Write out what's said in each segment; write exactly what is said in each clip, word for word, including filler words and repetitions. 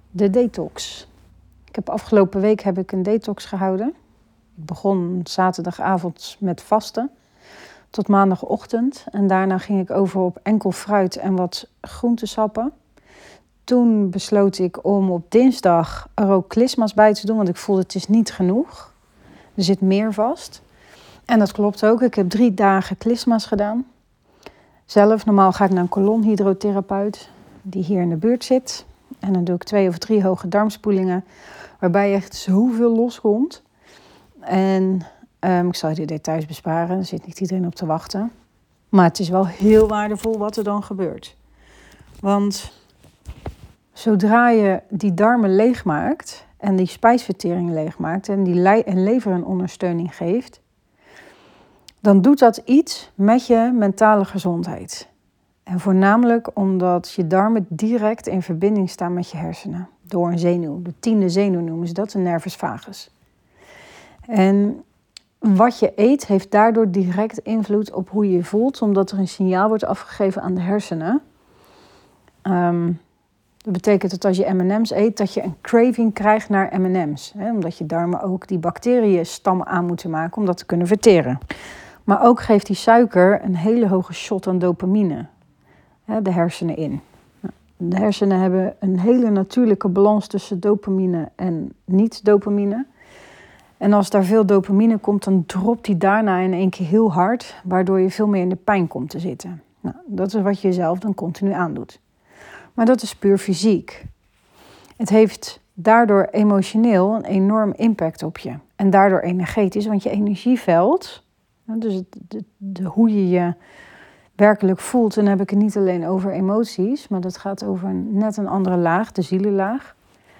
De detox. Ik heb afgelopen week heb ik een detox gehouden. Ik begon zaterdagavond met vasten tot maandagochtend. En daarna ging ik over op enkel fruit en wat groentesappen. Toen besloot ik om op dinsdag er ook klisma's bij te doen, want ik voelde het is niet genoeg. Er zit meer vast. En dat klopt ook. Ik heb drie dagen klisma's gedaan. Zelf, normaal ga ik naar een kolonhydrotherapeut die hier in de buurt zit. En dan doe ik twee of drie hoge darmspoelingen, waarbij echt zoveel loskomt. En um, ik zal je de details besparen, er zit niet iedereen op te wachten. Maar het is wel heel waardevol wat er dan gebeurt. Want zodra je die darmen leegmaakt en die spijsvertering leegmaakt en die le- en lever een ondersteuning geeft, dan doet dat iets met je mentale gezondheid. En voornamelijk omdat je darmen direct in verbinding staan met je hersenen. Door een zenuw. De tiende zenuw noemen ze dat, de nervus vagus. En wat je eet heeft daardoor direct invloed op hoe je je voelt. Omdat er een signaal wordt afgegeven aan de hersenen. Um, dat betekent dat als je M en M's eet, dat je een craving krijgt naar M en M's. Hè? Omdat je darmen ook die bacteriënstammen aan moeten maken om dat te kunnen verteren. Maar ook geeft die suiker een hele hoge shot aan dopamine. De hersenen in. De hersenen hebben een hele natuurlijke balans tussen dopamine en niet-dopamine. En als daar veel dopamine komt, dan dropt die daarna in één keer heel hard, waardoor je veel meer in de pijn komt te zitten. Nou, dat is wat je zelf dan continu aandoet. Maar dat is puur fysiek. Het heeft daardoor emotioneel een enorm impact op je. En daardoor energetisch, want je energieveld, dus het, de, de, hoe je je werkelijk voelt, en dan heb ik het niet alleen over emoties, maar dat gaat over een, net een andere laag, de zielenlaag.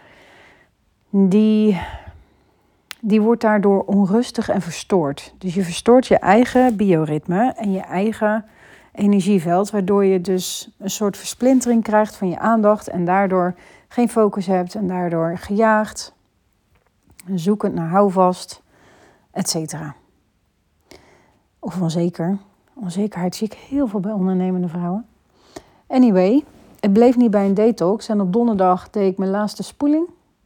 Die, die wordt daardoor onrustig en verstoord. Dus je verstoort je eigen bioritme en je eigen energieveld, waardoor je dus een soort versplintering krijgt van je aandacht en daardoor geen focus hebt en daardoor gejaagd, zoekend naar houvast, et cetera. Of onzeker. Onzekerheid zie ik heel veel bij ondernemende vrouwen. Anyway, het bleef niet bij een detox. En op donderdag deed ik mijn laatste spoeling.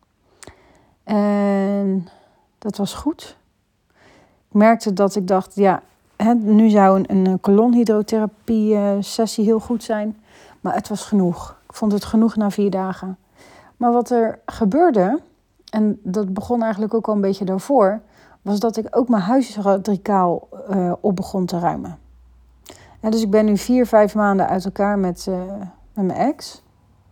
En dat was goed. Ik merkte dat ik dacht, ja, hè, nu zou een, een kolonhydrotherapie uh, sessie heel goed zijn. Maar het was genoeg. Ik vond het genoeg na vier dagen. Maar wat er gebeurde, en dat begon eigenlijk ook al een beetje daarvoor, was dat ik ook mijn huis radicaal uh, op begon te ruimen. Ja, dus ik ben nu vier, vijf maanden uit elkaar met, uh, met mijn ex.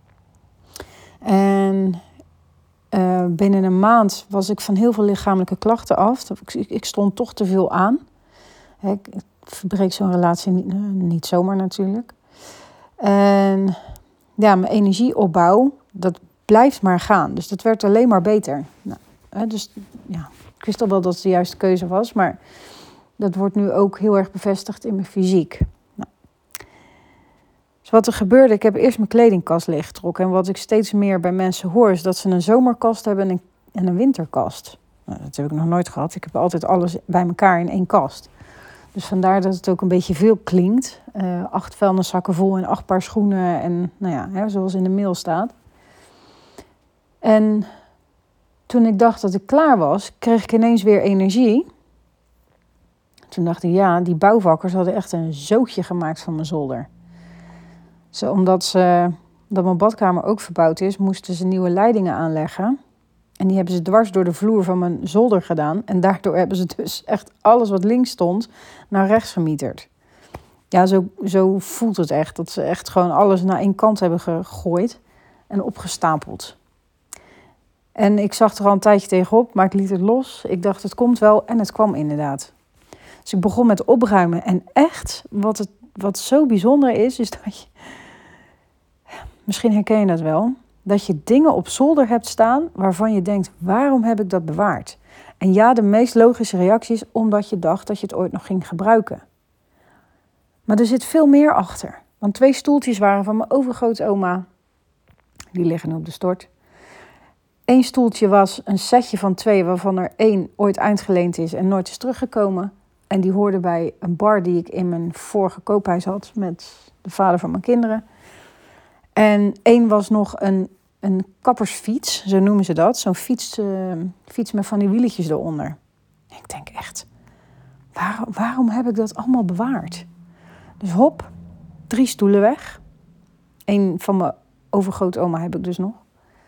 En uh, binnen een maand was ik van heel veel lichamelijke klachten af. Ik, ik stond toch te veel aan. Ik, ik verbreek zo'n relatie niet, uh, niet zomaar natuurlijk. En ja, mijn energieopbouw, dat blijft maar gaan. Dus dat werd alleen maar beter. Nou, hè, dus ja, ik wist al wel dat het de juiste keuze was, maar dat wordt nu ook heel erg bevestigd in mijn fysiek. Nou. Dus wat er gebeurde, ik heb eerst mijn kledingkast leeggetrokken. En wat ik steeds meer bij mensen hoor, is dat ze een zomerkast hebben en een, en een winterkast. Nou, dat heb ik nog nooit gehad. Ik heb altijd alles bij elkaar in één kast. Dus vandaar dat het ook een beetje veel klinkt. Uh, acht vuilniszakken vol en acht paar schoenen. En nou ja, hè, zoals in de mail staat. En toen ik dacht dat ik klaar was, kreeg ik ineens weer energie. Toen dacht ik, ja, die bouwvakkers hadden echt een zootje gemaakt van mijn zolder. Zo, omdat ze, dat mijn badkamer ook verbouwd is, moesten ze nieuwe leidingen aanleggen. En die hebben ze dwars door de vloer van mijn zolder gedaan. En daardoor hebben ze dus echt alles wat links stond naar rechts gemieterd. Ja, zo, zo voelt het echt. Dat ze echt gewoon alles naar één kant hebben gegooid en opgestapeld. En ik zag er al een tijdje tegenop, maar ik liet het los. Ik dacht, het komt wel, en het kwam inderdaad. Dus ik begon met opruimen. En echt, wat, het, wat zo bijzonder is, is dat je... Misschien herken je dat wel. Dat je dingen op zolder hebt staan waarvan je denkt, waarom heb ik dat bewaard? En ja, de meest logische reactie is omdat je dacht dat je het ooit nog ging gebruiken. Maar er zit veel meer achter. Want twee stoeltjes waren van mijn overgrootoma. Die liggen nu op de stort. Eén stoeltje was een setje van twee, waarvan er één ooit uitgeleend is en nooit is teruggekomen. En die hoorde bij een bar die ik in mijn vorige koophuis had met de vader van mijn kinderen. En één was nog een een kappersfiets, zo noemen ze dat. Zo'n fiets, uh, fiets met van die wieletjes eronder. Ik denk echt, waar, waarom heb ik dat allemaal bewaard? Dus hop, drie stoelen weg. Eén van mijn overgrootoma heb ik dus nog.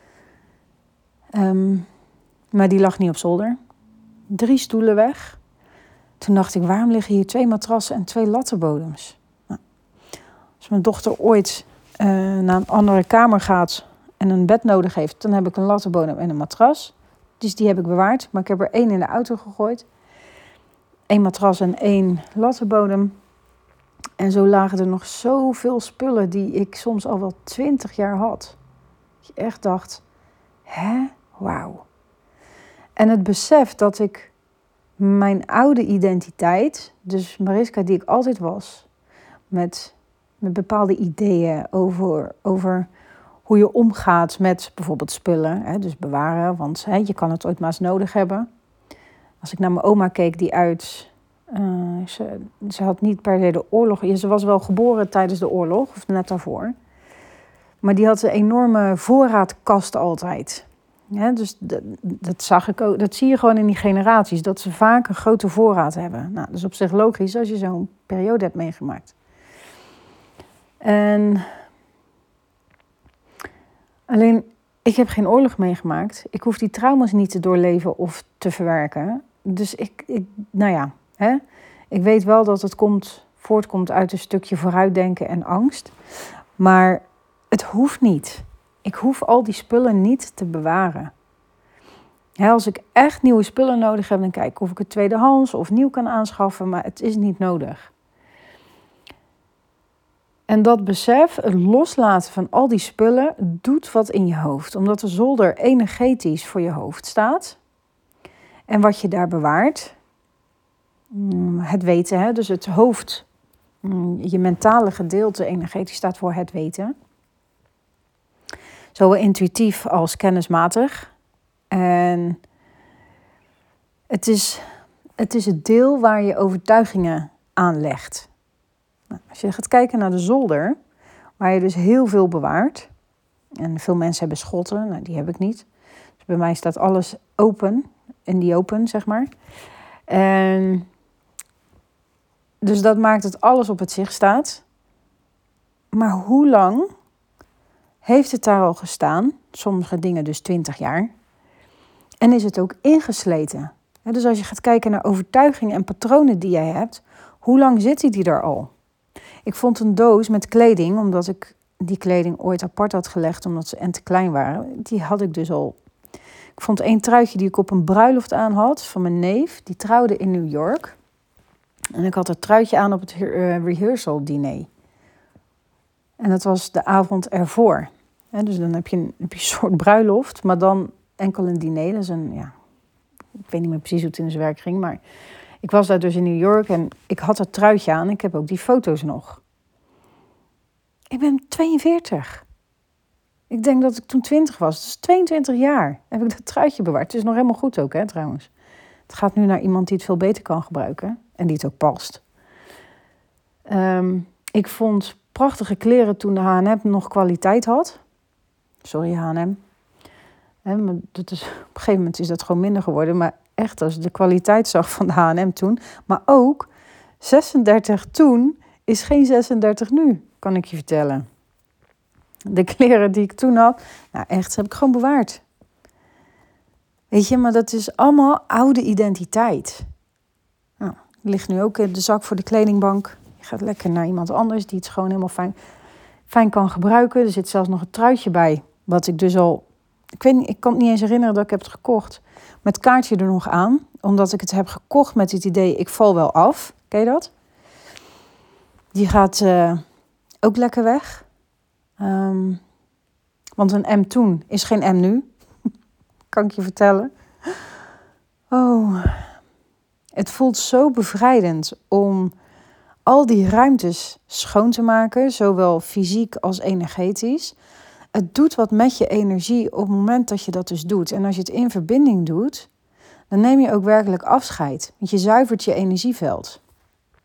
Um, maar die lag niet op zolder. Drie stoelen weg. Toen dacht ik, waarom liggen hier twee matrassen en twee lattenbodems? Nou, als mijn dochter ooit uh, naar een andere kamer gaat en een bed nodig heeft, dan heb ik een lattenbodem en een matras. Dus die heb ik bewaard, maar ik heb er één in de auto gegooid. Eén matras en één lattenbodem. En zo lagen er nog zoveel spullen die ik soms al wel twintig jaar had. Dat je echt dacht, hè, wauw. En het besef dat ik mijn oude identiteit, dus Mariska die ik altijd was, met, met bepaalde ideeën over, over hoe je omgaat met bijvoorbeeld spullen, hè, dus bewaren, want hè, je kan het ooit maar eens nodig hebben. Als ik naar mijn oma keek die uit, uh, ze, ze had niet per se de oorlog, ja, ze was wel geboren tijdens de oorlog, of net daarvoor, maar die had een enorme voorraadkast altijd. Ja, dus dat, dat zag ik ook, dat zie je gewoon in die generaties, dat ze vaak een grote voorraad hebben. Nou, dat is op zich logisch als je zo'n periode hebt meegemaakt. En alleen, ik heb geen oorlog meegemaakt. Ik hoef die trauma's niet te doorleven of te verwerken. Dus ik, ik nou ja, hè, ik weet wel dat het komt, voortkomt uit een stukje vooruitdenken en angst. Maar het hoeft niet. Ik hoef al die spullen niet te bewaren. Ja, als ik echt nieuwe spullen nodig heb, dan kijk ik of ik het tweedehands of nieuw kan aanschaffen, maar het is niet nodig. En dat besef, het loslaten van al die spullen, doet wat in je hoofd. Omdat de zolder energetisch voor je hoofd staat. En wat je daar bewaart, het weten, hè? Dus het hoofd, je mentale gedeelte energetisch staat voor het weten. Zowel intuïtief als kennismatig. En het is, het is het deel waar je overtuigingen aanlegt. Nou, als je gaat kijken naar de zolder, waar je dus heel veel bewaart. En veel mensen hebben schotten, nou die heb ik niet. Dus bij mij staat alles open, in die open, zeg maar. En dus dat maakt dat alles op het zicht staat. Maar hoe lang heeft het daar al gestaan? Sommige dingen dus twintig jaar. En is het ook ingesleten? Dus als je gaat kijken naar overtuigingen en patronen die jij hebt, hoe lang zit die er al? Ik vond een doos met kleding, omdat ik die kleding ooit apart had gelegd, omdat ze en te klein waren. Die had ik dus al. Ik vond één truitje die ik op een bruiloft aan had, van mijn neef. Die trouwde in New York. En ik had het truitje aan op het uh, rehearsal diner. En dat was de avond ervoor. He, dus dan heb je, een, heb je een soort bruiloft, maar dan enkel een diner. Dus een, ja, ik weet niet meer precies hoe het in zijn werk ging, maar ik was daar dus in New York en ik had dat truitje aan. Ik heb ook die foto's nog. Ik ben tweeënveertig. Ik denk dat ik toen twintig was. Dus tweeëntwintig jaar heb ik dat truitje bewaard. Het is nog helemaal goed ook, hè, trouwens. Het gaat nu naar iemand die het veel beter kan gebruiken. En die het ook past. Um, ik vond prachtige kleren toen de H en M nog kwaliteit had. Sorry H en M. He, maar dat is, op een gegeven moment is dat gewoon minder geworden. Maar echt, als je de kwaliteit zag van de H en M toen. Maar ook zesendertig toen is geen zesendertig nu, kan ik je vertellen. De kleren die ik toen had, nou echt, heb ik gewoon bewaard. Weet je, maar dat is allemaal oude identiteit. Nou, ligt nu ook in de zak voor de kledingbank. Je gaat lekker naar iemand anders die het gewoon helemaal fijn, fijn kan gebruiken. Er zit zelfs nog een truitje bij, wat ik dus al... Ik weet niet, ik kan het niet eens herinneren dat ik heb het gekocht. Met het kaartje er nog aan, omdat ik het heb gekocht met het idee, ik val wel af. Ken je dat? Die gaat uh, ook lekker weg. Um, want een M toen is geen M nu. Kan ik je vertellen. Oh, het voelt zo bevrijdend om al die ruimtes schoon te maken, zowel fysiek als energetisch. Het doet wat met je energie op het moment dat je dat dus doet. En als je het in verbinding doet, dan neem je ook werkelijk afscheid. Want je zuivert je energieveld.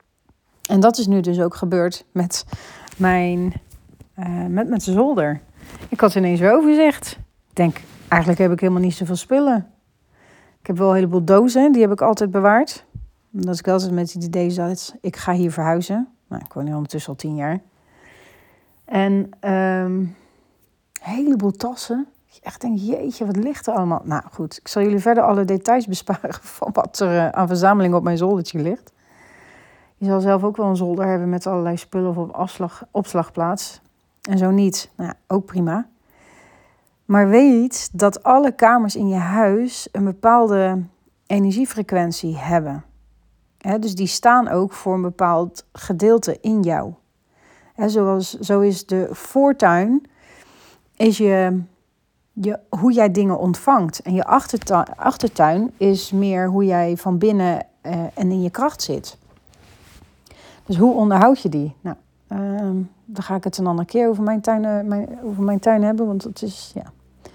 En dat is nu dus ook gebeurd met mijn, uh, met mijn zolder. Ik had ineens weer overzicht. Ik denk, eigenlijk heb ik helemaal niet zoveel spullen. Ik heb wel een heleboel dozen, die heb ik altijd bewaard. Omdat ik altijd met het idee zat, ik ga hier verhuizen. Nou, ik woon nu ondertussen al tien jaar. En um, een heleboel tassen. Ik echt denk, jeetje, wat ligt er allemaal? Nou goed, ik zal jullie verder alle details besparen van wat er uh, aan verzameling op mijn zoldertje ligt. Je zal zelf ook wel een zolder hebben met allerlei spullen op afslag, opslagplaats. En zo niet, nou ja, ook prima. Maar weet dat alle kamers in je huis een bepaalde energiefrequentie hebben. He, dus die staan ook voor een bepaald gedeelte in jou. He, zoals, zo is de voortuin, is je, je, hoe jij dingen ontvangt. En je achtertuin, achtertuin is meer hoe jij van binnen uh, en in je kracht zit. Dus hoe onderhoud je die? Nou, uh, dan ga ik het een andere keer over mijn tuin, uh, mijn, over mijn tuin hebben, want het is, ja...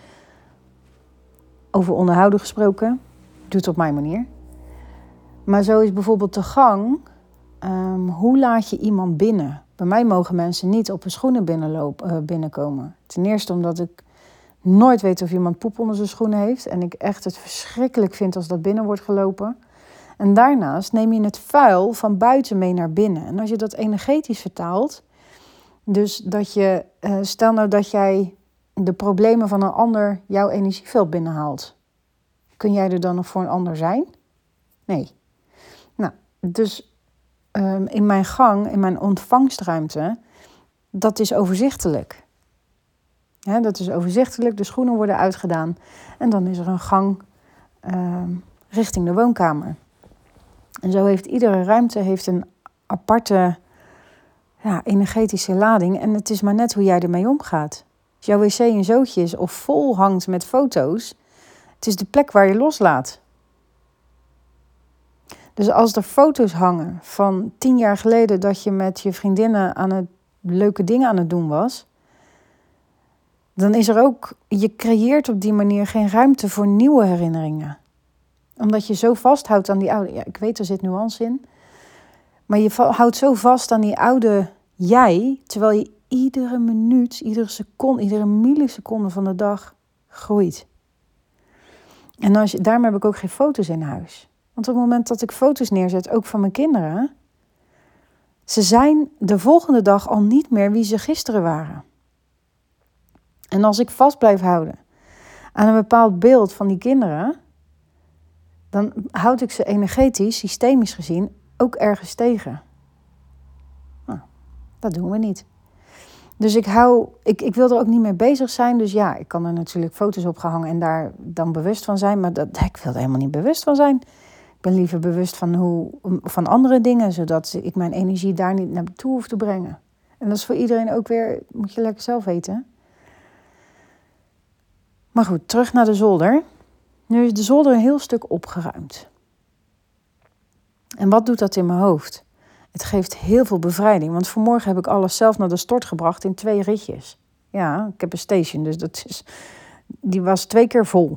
Over onderhouden gesproken, doe het op mijn manier. Maar zo is bijvoorbeeld de gang, um, hoe laat je iemand binnen? Bij mij mogen mensen niet op hun schoenen binnenlopen, uh, binnenkomen. Ten eerste omdat ik nooit weet of iemand poep onder zijn schoenen heeft. En ik echt het verschrikkelijk vind als dat binnen wordt gelopen. En daarnaast neem je het vuil van buiten mee naar binnen. En als je dat energetisch vertaalt, dus dat je, uh, stel nou dat jij de problemen van een ander jouw energieveld binnenhaalt. Kun jij er dan nog voor een ander zijn? Nee. Nou, dus um, in mijn gang, in mijn ontvangstruimte, dat is overzichtelijk. Ja, dat is overzichtelijk, de schoenen worden uitgedaan. En dan is er een gang um, richting de woonkamer. En zo heeft iedere ruimte heeft een aparte ja, energetische lading. En het is maar net hoe jij ermee omgaat. Als jouw wc een zootje is of vol hangt met foto's, het is de plek waar je loslaat. Dus als er foto's hangen van tien jaar geleden dat je met je vriendinnen aan het leuke dingen aan het doen was, dan is er ook, je creëert op die manier geen ruimte voor nieuwe herinneringen. Omdat je zo vasthoudt aan die oude, ja, ik weet er zit nuance in, maar je houdt zo vast aan die oude jij, terwijl je iedere minuut, iedere seconde, iedere milliseconde van de dag groeit. En als je, daarom heb ik ook geen foto's in huis. Want op het moment dat ik foto's neerzet, ook van mijn kinderen, ze zijn de volgende dag al niet meer wie ze gisteren waren. En als ik vast blijf houden aan een bepaald beeld van die kinderen, dan houd ik ze energetisch, systemisch gezien, ook ergens tegen. Nou, dat doen we niet. Dus ik, hou, ik, ik wil er ook niet mee bezig zijn. Dus ja, ik kan er natuurlijk foto's op gehangen en daar dan bewust van zijn. Maar dat, ik wil er helemaal niet bewust van zijn. Ik ben liever bewust van, hoe, van andere dingen, zodat ik mijn energie daar niet naartoe hoef te brengen. En dat is voor iedereen ook weer, moet je lekker zelf weten. Maar goed, terug naar de zolder. Nu is de zolder een heel stuk opgeruimd. En wat doet dat in mijn hoofd? Het geeft heel veel bevrijding. Want vanmorgen heb ik alles zelf naar de stort gebracht in twee ritjes. Ja, ik heb een station, dus dat is, die was twee keer vol.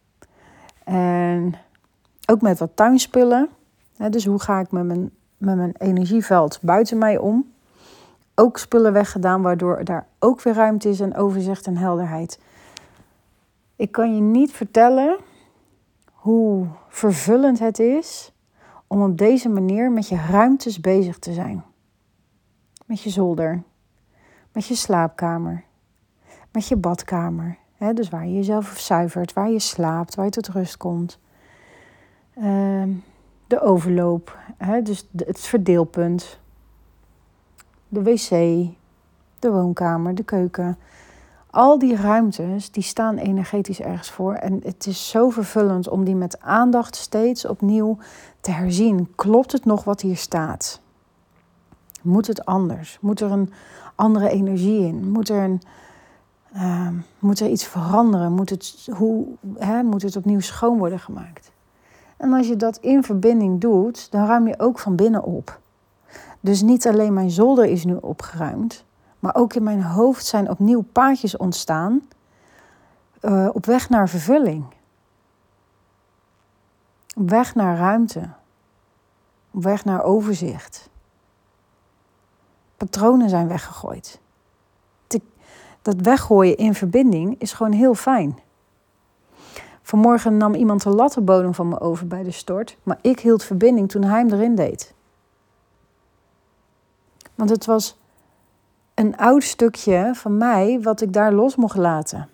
En ook met wat tuinspullen. Dus hoe ga ik met mijn, met mijn energieveld buiten mij om? Ook spullen weggedaan, waardoor daar ook weer ruimte is en overzicht en helderheid. Ik kan je niet vertellen hoe vervullend het is om op deze manier met je ruimtes bezig te zijn. Met je zolder, met je slaapkamer, met je badkamer. Hè, dus waar je jezelf zuivert, waar je slaapt, waar je tot rust komt. Uh, de overloop, hè, dus de, het verdeelpunt. De wc, de woonkamer, de keuken. Al die ruimtes, die staan energetisch ergens voor. En het is zo vervullend om die met aandacht steeds opnieuw te herzien. Klopt het nog wat hier staat? Moet het anders? Moet er een andere energie in? Moet er, een, uh, moet er iets veranderen? Moet het, hoe, hè, moet het opnieuw schoon worden gemaakt? En als je dat in verbinding doet, dan ruim je ook van binnen op. Dus niet alleen mijn zolder is nu opgeruimd, maar ook in mijn hoofd zijn opnieuw paadjes ontstaan uh, op weg naar vervulling. Op weg naar ruimte. Op weg naar overzicht. Patronen zijn weggegooid. dat weggooien in verbinding is gewoon heel fijn. Vanmorgen nam iemand de lattenbodem van me over bij de stort, maar ik hield verbinding toen hij hem erin deed. Want het was een oud stukje van mij wat ik daar los mocht laten.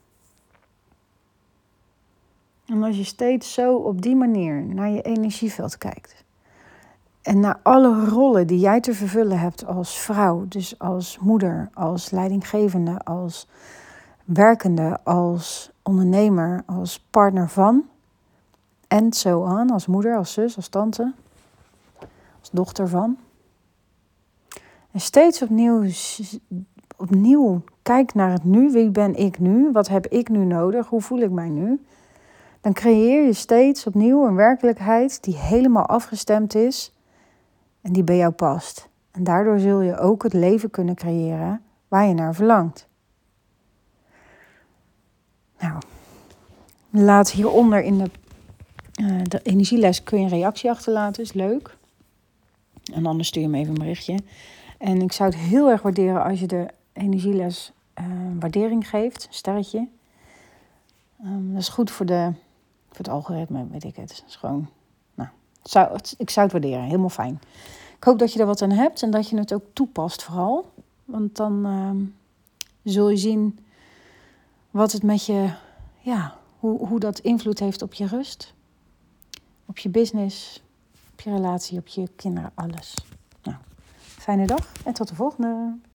En als je steeds zo op die manier naar je energieveld kijkt en naar alle rollen die jij te vervullen hebt als vrouw, dus als moeder, als leidinggevende, als werkende, als ondernemer, als partner van, en zo aan, als moeder, als zus, als tante, als dochter van. En steeds opnieuw, opnieuw kijk naar het nu. Wie ben ik nu? Wat heb ik nu nodig? Hoe voel ik mij nu? Dan creëer je steeds opnieuw een werkelijkheid die helemaal afgestemd is en die bij jou past. En daardoor zul je ook het leven kunnen creëren waar je naar verlangt. Nou, laat hieronder in de, uh, de energieles kun je een reactie achterlaten, is leuk. En anders stuur je me even een berichtje. En ik zou het heel erg waarderen als je de energieles uh, waardering geeft, een sterretje. Um, dat is goed voor, de, voor het algoritme, weet ik het. Het is gewoon, nou, zou, het, ik zou het waarderen, helemaal fijn. Ik hoop dat je er wat aan hebt en dat je het ook toepast vooral. Want dan uh, zul je zien wat het met je, ja, hoe, hoe dat invloed heeft op je rust, op je business, op je relatie, op je kinderen, alles. Nou, fijne dag en tot de volgende.